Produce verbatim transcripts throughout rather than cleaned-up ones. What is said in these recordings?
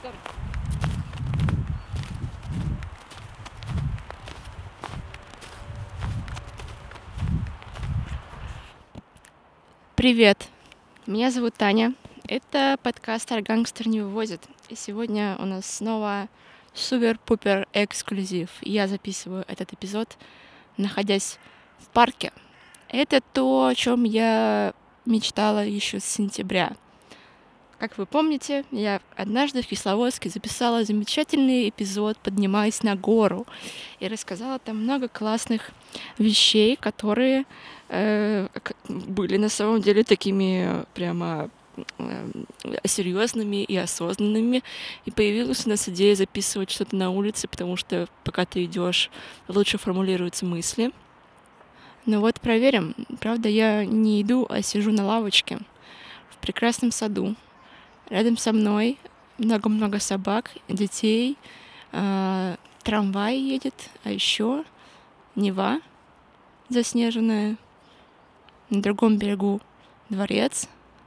Привет, меня зовут Таня. Это подкаст «Аргангстер не вывозит». И сегодня у нас снова супер-пупер эксклюзив. Я записываю этот эпизод, находясь в парке. Это то, о чем я мечтала еще с сентября. Как вы помните, я однажды в Кисловодске записала замечательный эпизод «Поднимаясь на гору» и рассказала там много классных вещей, которые э, были на самом деле такими прямо э, серьезными и осознанными. И появилась у нас идея записывать что-то на улице, потому что пока ты идешь, лучше формулируются мысли. Ну вот проверим. Правда, я не иду, а сижу на лавочке в прекрасном саду. Рядом со мной много-много собак, детей, э, трамвай едет, а еще Нева заснеженная, на другом берегу дворец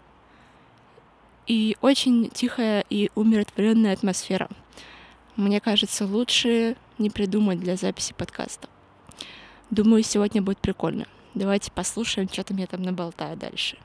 и очень тихая и умиротворенная атмосфера. Мне кажется, лучше не придумать для записи подкаста. Думаю, сегодня будет прикольно. Давайте послушаем, что там я там наболтаю дальше.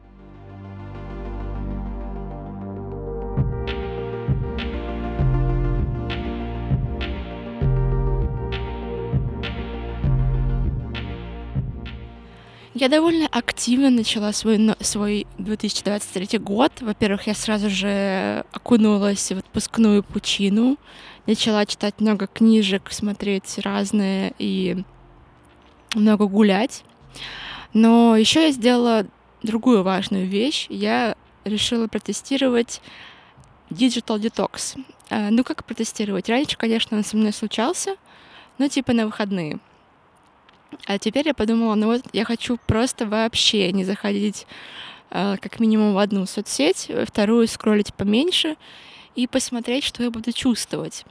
Я довольно активно начала свой, свой две тысячи двадцать третий год. Во-первых, я сразу же окунулась в отпускную пучину, начала читать много книжек, смотреть разные и много гулять. Но еще я сделала другую важную вещь. Я решила протестировать Digital Detox. Ну, как протестировать? Раньше, конечно, он со мной случался, но типа на выходные. А теперь я подумала, ну вот я хочу просто вообще не заходить э, как минимум в одну соцсеть, во вторую скроллить поменьше и посмотреть, что я буду чувствовать.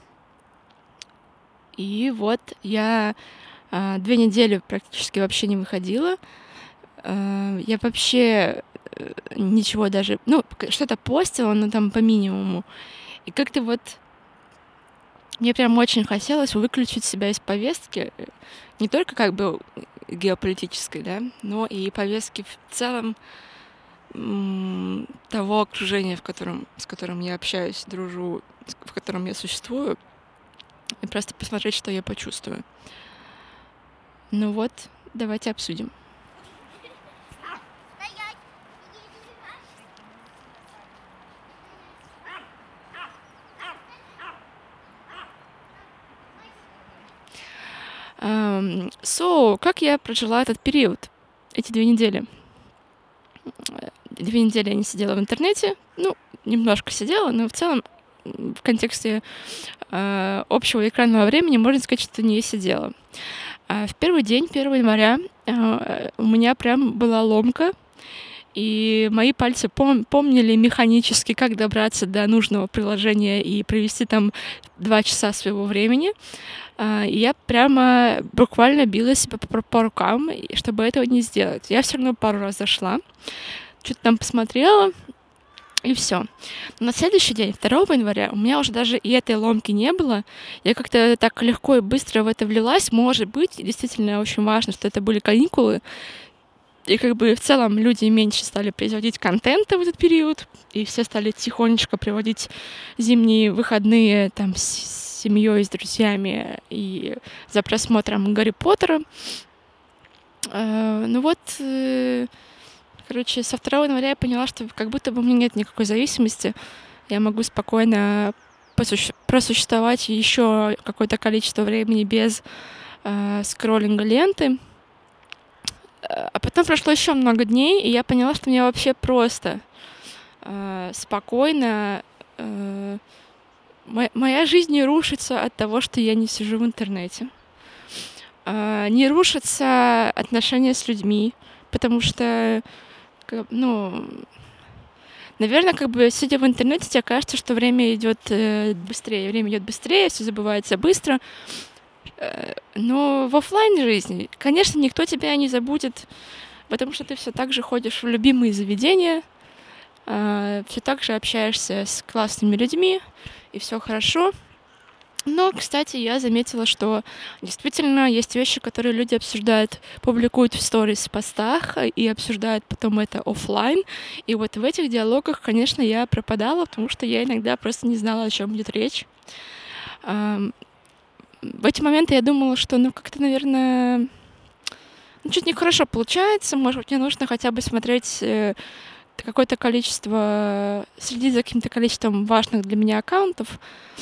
И вот я э, две недели практически вообще не выходила. Э, я вообще э, ничего даже... Ну, что-то постила, но там по минимуму. И как-то вот... Мне прям очень хотелось выключить себя из повестки, не только как бы геополитической, да, но и повестки в целом м- того окружения, в котором, с которым я общаюсь, дружу, в котором я существую, и просто посмотреть, что я почувствую. Ну вот, давайте обсудим. Um, so, как я прожила этот период, эти две недели? Две недели я не сидела в интернете, ну, немножко сидела, но в целом в контексте э, общего экранного времени можно сказать, что не сидела. А в первый день, первого января, э, у меня прям была ломка, и мои пальцы пом- помнили механически, как добраться до нужного приложения и провести там два часа своего времени. Uh, и я прямо буквально била себя по, по рукам, чтобы этого не сделать. Я все равно пару раз зашла, что-то там посмотрела, и все. На следующий день, второго января, у меня уже даже и этой ломки не было. Я как-то так легко и быстро в это влилась. Может быть, действительно очень важно, что это были каникулы. И как бы в целом люди меньше стали производить контента в этот период, и все стали тихонечко проводить зимние выходные там с семьей, с друзьями и за просмотром Гарри Поттера. Uh, ну вот, uh, короче, со второго января я поняла, что как будто бы у меня нет никакой зависимости. Я могу спокойно посуще- просуществовать еще какое-то количество времени без uh, скроллинга ленты. А потом прошло еще много дней, и я поняла, что мне вообще просто э, спокойно... Э, мо- моя жизнь не рушится от того, что я не сижу в интернете. Э, не рушатся отношения с людьми, потому что, ну... Наверное, как бы сидя в интернете, тебе кажется, что время идет э, быстрее, время идет быстрее, все забывается быстро. Но в офлайн жизни, конечно, никто тебя не забудет, потому что ты все так же ходишь в любимые заведения, все так же общаешься с классными людьми, и все хорошо. Но, кстати, я заметила, что действительно есть вещи, которые люди обсуждают, публикуют в сторис, в постах и обсуждают потом это оффлайн. И вот в этих диалогах, конечно, я пропадала, потому что я иногда просто не знала, о чем идет речь. Ам, В эти моменты я думала, что, ну, как-то, наверное, ну, чуть нехорошо получается. Может быть, мне нужно хотя бы смотреть э, какое-то количество, следить за каким-то количеством важных для меня аккаунтов.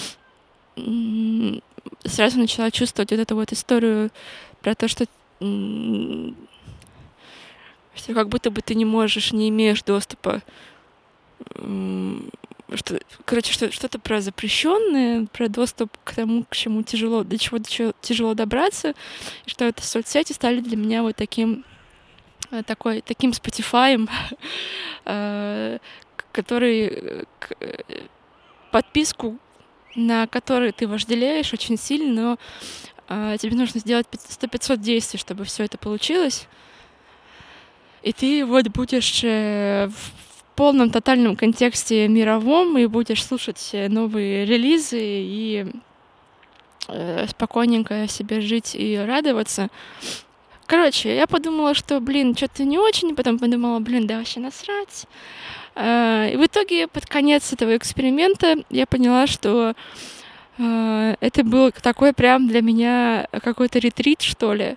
М, Сразу начала чувствовать вот эту вот историю про то, что, м, что как будто бы ты не можешь, не имеешь доступа. м, Что, короче, что, что-то про запрещенное, про доступ к тому, к чему тяжело, до чего, до чего тяжело добраться, и что это соцсети стали для меня вот таким, э, такой, таким Spotify, э, к- который э, к- э, подписку, на который ты вожделеешь очень сильно, но а, тебе нужно сделать сто пятьсот действий, чтобы все это получилось. И ты вот будешь э, в полном тотальном контексте мировом и будешь слушать э, новые релизы и э, спокойненько себе жить и радоваться. Короче, я подумала, что, блин, что-то не очень, потом подумала, блин, да вообще насрать. А, И в итоге под конец этого эксперимента я поняла, что а, это был такой прям для меня какой-то ретрит, что ли.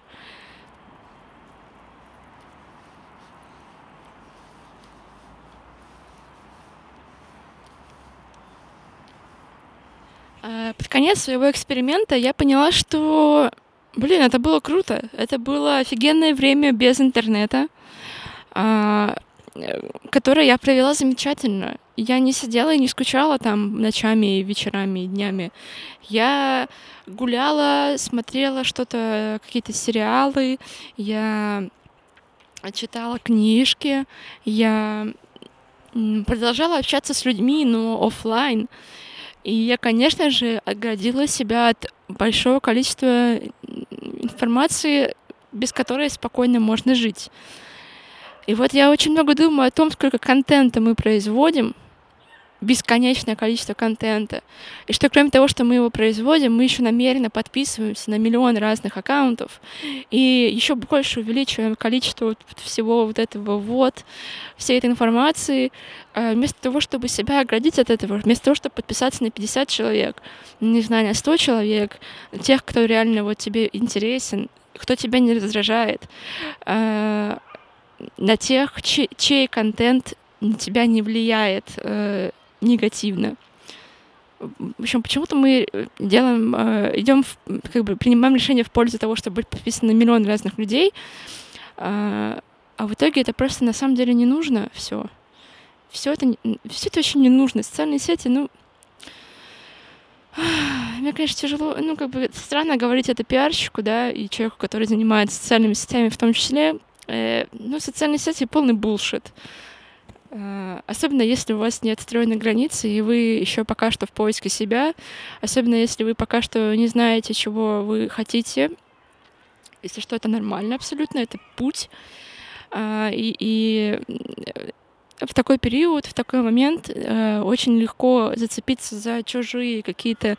А, Под конец своего эксперимента я поняла, что, блин, это было круто. Это было офигенное время без интернета, а, э, которое я провела замечательно. Я не сидела и не скучала там ночами, вечерами и днями. Я гуляла, смотрела что-то, какие-то сериалы, я читала книжки, я м, продолжала общаться с людьми, но оффлайн. И я, конечно же, оградила себя от большого количества информации, без которой спокойно можно жить. И вот я очень много думаю о том, сколько контента мы производим, бесконечное количество контента. И что кроме того, что мы его производим, мы еще намеренно подписываемся на миллион разных аккаунтов и еще больше увеличиваем количество вот всего вот этого вот, всей этой информации, э, вместо того, чтобы себя оградить от этого, вместо того, чтобы подписаться на пятьдесят человек, не знаю, на сто человек, тех, кто реально вот тебе интересен, кто тебя не раздражает, э, на тех, чей, чей контент на тебя не влияет э, негативно. В общем, почему-то мы делаем, э, идем, в, как бы принимаем решение в пользу того, чтобы быть подписаны на миллион разных людей, а, а в итоге это просто на самом деле не нужно все. Все это, все это очень не нужно. Социальные сети, ну, мне, конечно, тяжело, ну, как бы странно говорить это пиарщику, да, и человеку, который занимается социальными сетями в том числе. Э, ну, социальные сети полный булшит. Э, Особенно если у вас нет встроенной границы, и вы еще пока что в поиске себя, особенно если вы пока что не знаете, чего вы хотите, если что, это нормально абсолютно, это путь. А, И, и э, в такой период, в такой момент э, очень легко зацепиться за чужие какие-то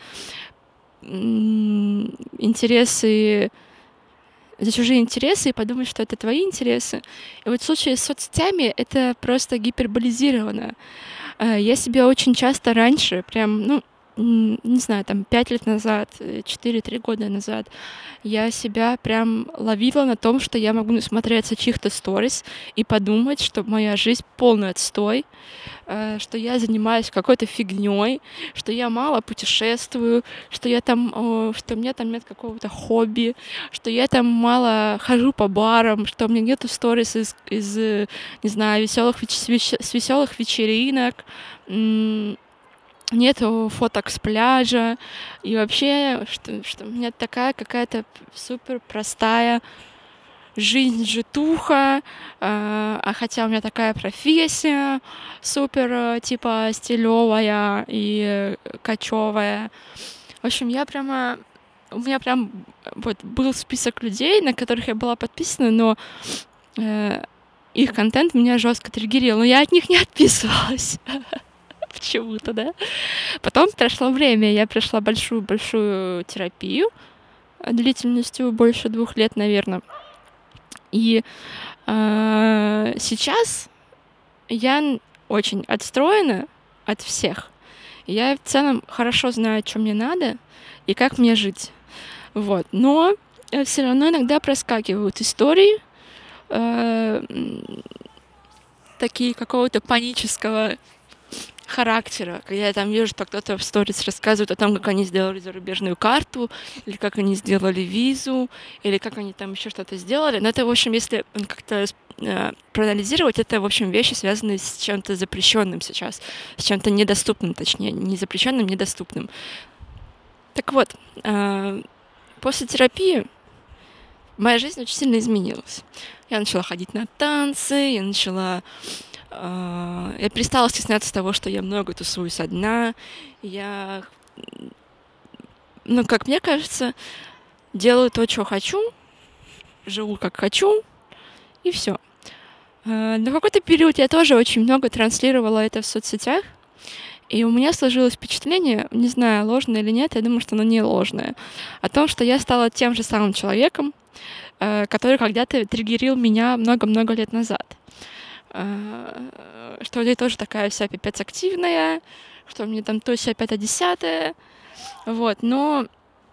м, интересы, за чужие интересы и подумать, что это твои интересы. И вот в случае с соцсетями это просто гиперболизировано. Э, Я себя очень часто раньше, прям, ну, м, не знаю, там пять лет назад, э, четыре-три года назад, я себя прям ловила на том, что я могу насмотреться чьих-то сторис и подумать, что моя жизнь полный отстой, э, что я занимаюсь какой-то фигней, что я мало путешествую, что я там, э, что у меня там нет какого-то хобби, что я там мало хожу по барам, что у меня нету сторис из, из э, не знаю, веселых с веселых вечеринок, м, нету фоток с пляжа, и вообще, что, что у меня такая какая-то супер простая жизнь житуха, а а хотя у меня такая профессия супер, э, типа, стилёвая и э, кочёвая. В общем, я прямо у меня прям вот был список людей, на которых я была подписана, но, э, их контент меня жестко триггерил, но я от них не отписывалась. Почему-то, да? Потом прошло время, я прошла большую-большую терапию длительностью больше двух лет, наверное. И э, сейчас я очень отстроена от всех. Я в целом хорошо знаю, что мне надо и как мне жить. Вот. Но все равно иногда проскакивают истории, э, такие какого-то панического характера, когда я там вижу, что кто-то в сторис рассказывает о том, как они сделали зарубежную карту, или как они сделали визу, или как они там еще что-то сделали. Но это, в общем, если как-то э, проанализировать, это, в общем, вещи, связанные с чем-то запрещенным сейчас, с чем-то недоступным, точнее, не запрещенным, недоступным. Так вот, э, после терапии моя жизнь очень сильно изменилась. Я начала ходить на танцы, я начала... Uh, я перестала стесняться того, что я много тусуюсь одна. Я, ну, как мне кажется, делаю то, что хочу, живу как хочу, и все. Uh, на какой-то период я тоже очень много транслировала это в соцсетях, и у меня сложилось впечатление, не знаю, ложное или нет, я думаю, что оно не ложное, о том, что я стала тем же самым человеком, uh, который когда-то триггерил меня много-много лет назад. Что я тоже такая вся пипец активная, что мне там то вся пятое-десятое, вот, но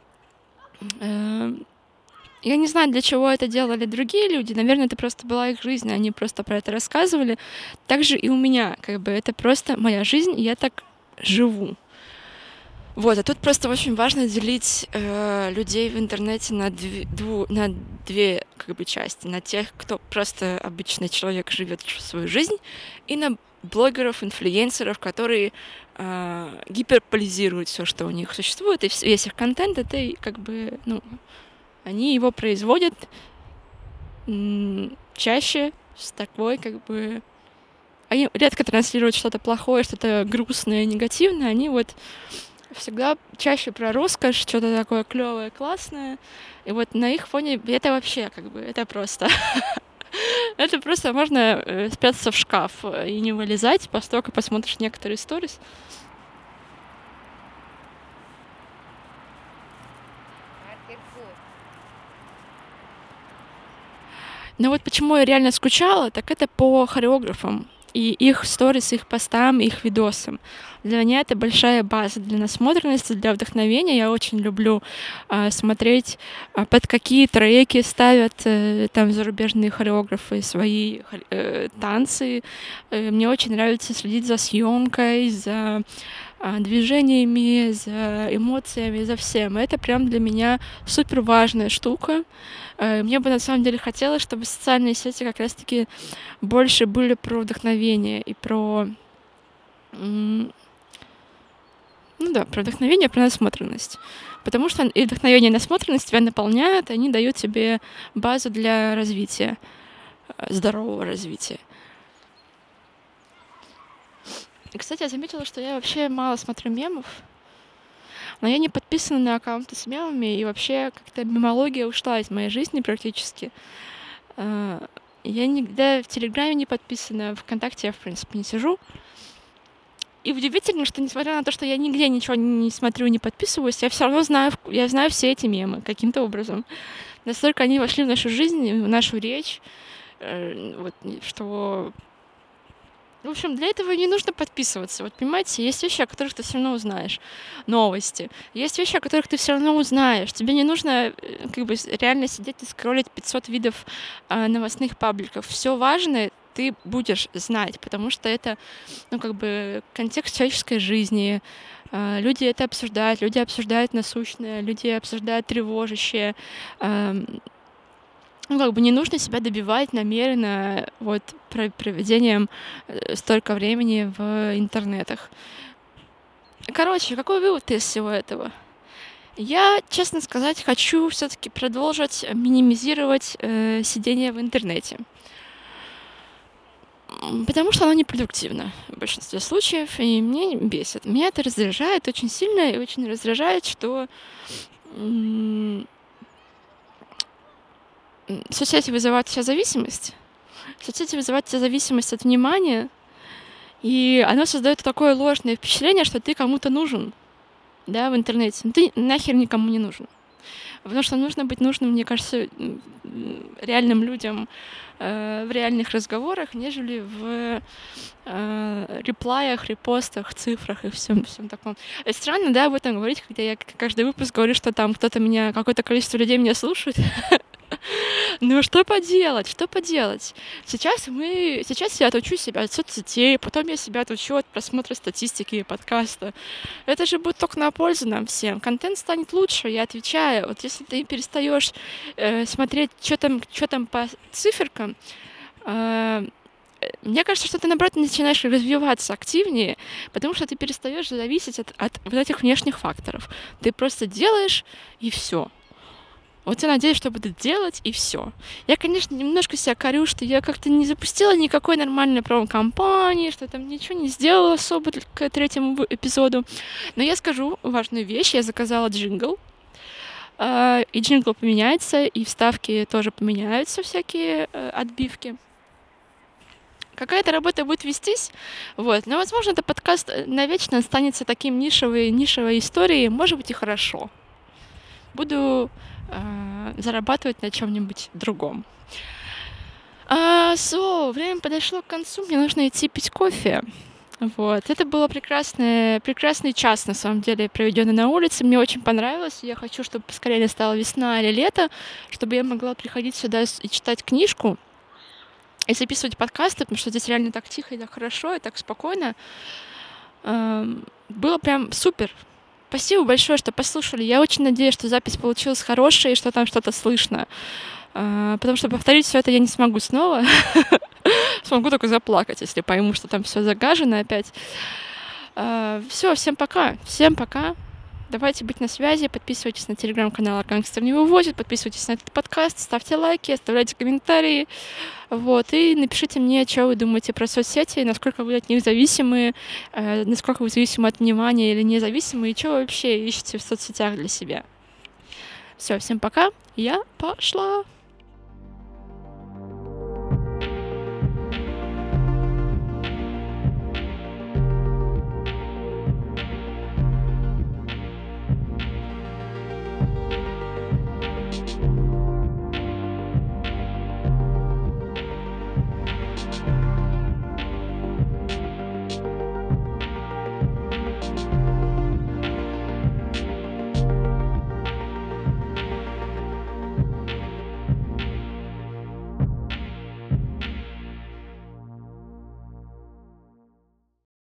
э, я не знаю, для чего это делали другие люди, наверное, это просто была их жизнь, они просто про это рассказывали, так же и у меня, как бы, это просто моя жизнь, и я так живу. Вот, а тут просто очень важно делить э, людей в интернете на две, дву, на две как бы, части. На тех, кто просто обычный человек живет свою жизнь, и на блогеров, инфлюенсеров, которые э, гиперполизируют все, что у них существует, и весь их контент, это как бы, ну, они его производят м- чаще с такой, как бы... Они редко транслируют что-то плохое, что-то грустное, негативное, они вот... всегда чаще про роскошь, что-то такое клевое, классное. И вот на их фоне это вообще как бы, это просто... это просто можно спрятаться в шкаф и не вылезать, после того, как посмотришь некоторые сторис. Но вот почему я реально скучала, так это по хореографам. И их сторис, их постам, их видосам. Для меня это большая база для насмотренности, для вдохновения. Я очень люблю э, смотреть, э, под какие треки ставят э, там зарубежные хореографы свои э, танцы. Э, мне очень нравится следить за съемкой, за э, движениями, за эмоциями, за всем. Это прям для меня супер важная штука. Э, мне бы на самом деле хотелось, чтобы социальные сети как раз-таки больше были про вдохновение и про... М- ну да, про вдохновение, про насмотренность. Потому что и вдохновение, и насмотренность тебя наполняют, и они дают тебе базу для развития, здорового развития. И, кстати, я заметила, что я вообще мало смотрю мемов, но я не подписана на аккаунты с мемами, и вообще как-то мемология ушла из моей жизни практически. Я нигде в Телеграме не подписана, ВКонтакте я, в принципе, не сижу. И удивительно, что несмотря на то, что я нигде ничего не смотрю, не подписываюсь, я все равно знаю, я знаю все эти мемы каким-то образом. Настолько они вошли в нашу жизнь, в нашу речь, э, вот, что... В общем, для этого не нужно подписываться. Вот, понимаете, есть вещи, о которых ты все равно узнаешь. Новости. Есть вещи, о которых ты все равно узнаешь. Тебе не нужно как бы реально сидеть и скроллить пятьсот видов э, новостных пабликов. Все важное ты будешь знать, потому что это, ну, как бы контекст человеческой жизни. Э, люди это обсуждают, люди обсуждают насущное, люди обсуждают тревожащее. Э, Ну, как бы не нужно себя добивать намеренно вот проведением столько времени в интернетах. Короче, какой вывод из всего этого? Я, честно сказать, хочу все-таки продолжить минимизировать э, сидение в интернете. Потому что оно непродуктивно в большинстве случаев, и мне бесит. Меня это раздражает очень сильно, и очень раздражает, что... М- соцсети вызывают вся зависимость, Соцсети вызывают у тебя зависимость от внимания, и оно создает такое ложное впечатление, что ты кому-то нужен, да, в интернете. Но ты нахер никому не нужен. Потому что нужно быть нужным, мне кажется, реальным людям э, в реальных разговорах, нежели в э, реплаях, репостах, цифрах и всем, всем таком. Это странно, да, об этом говорить, когда я каждый выпуск говорю, что там кто-то меня, какое-то количество людей меня слушает. Ну что поделать, что поделать? Сейчас мы, сейчас я отучу себя от соцсетей, потом я себя отучу от просмотра статистики и подкаста. Это же будет только на пользу нам всем. Контент станет лучше, я отвечаю. Вот если ты перестаешь э, смотреть, что там, что там по циферкам, э, мне кажется, что ты, наоборот, начинаешь развиваться активнее, потому что ты перестаешь зависеть от, от вот этих внешних факторов. Ты просто делаешь, и все. Вот я надеюсь, что буду делать, и все. Я, конечно, немножко себя корю, что я как-то не запустила никакой нормальной промо-компании, что там ничего не сделала особо к третьему эпизоду. Но я скажу важную вещь. Я заказала джингл, и джингл поменяется, и вставки тоже поменяются, всякие отбивки. Какая-то работа будет вестись, вот. Но, возможно, этот подкаст навечно останется таким нишевой, нишевой историей, может быть, и хорошо. Буду э, зарабатывать на чем-нибудь другом. А, so, время подошло к концу, мне нужно идти пить кофе. Вот. Это был прекрасный, прекрасный час, на самом деле, проведенный на улице. Мне очень понравилось. Я хочу, чтобы поскорее настала весна или лето, чтобы я могла приходить сюда и читать книжку и записывать подкасты, потому что здесь реально так тихо и так хорошо, и так спокойно. Эм, было прям супер. Спасибо большое, что послушали. Я очень надеюсь, что запись получилась хорошая и что там что-то слышно. А, потому что повторить все это я не смогу снова. Смогу только заплакать, если пойму, что там все загажено опять. А, все, всем пока. Всем пока. Давайте быть на связи. Подписывайтесь на телеграм-канал «Аргангстер не вывозит». Подписывайтесь на этот подкаст. Ставьте лайки, оставляйте комментарии. Вот. И напишите мне, что вы думаете про соцсети, насколько вы от них зависимы, э, насколько вы зависимы от внимания или независимы, и что вы вообще ищете в соцсетях для себя. Все, всем пока. Я пошла.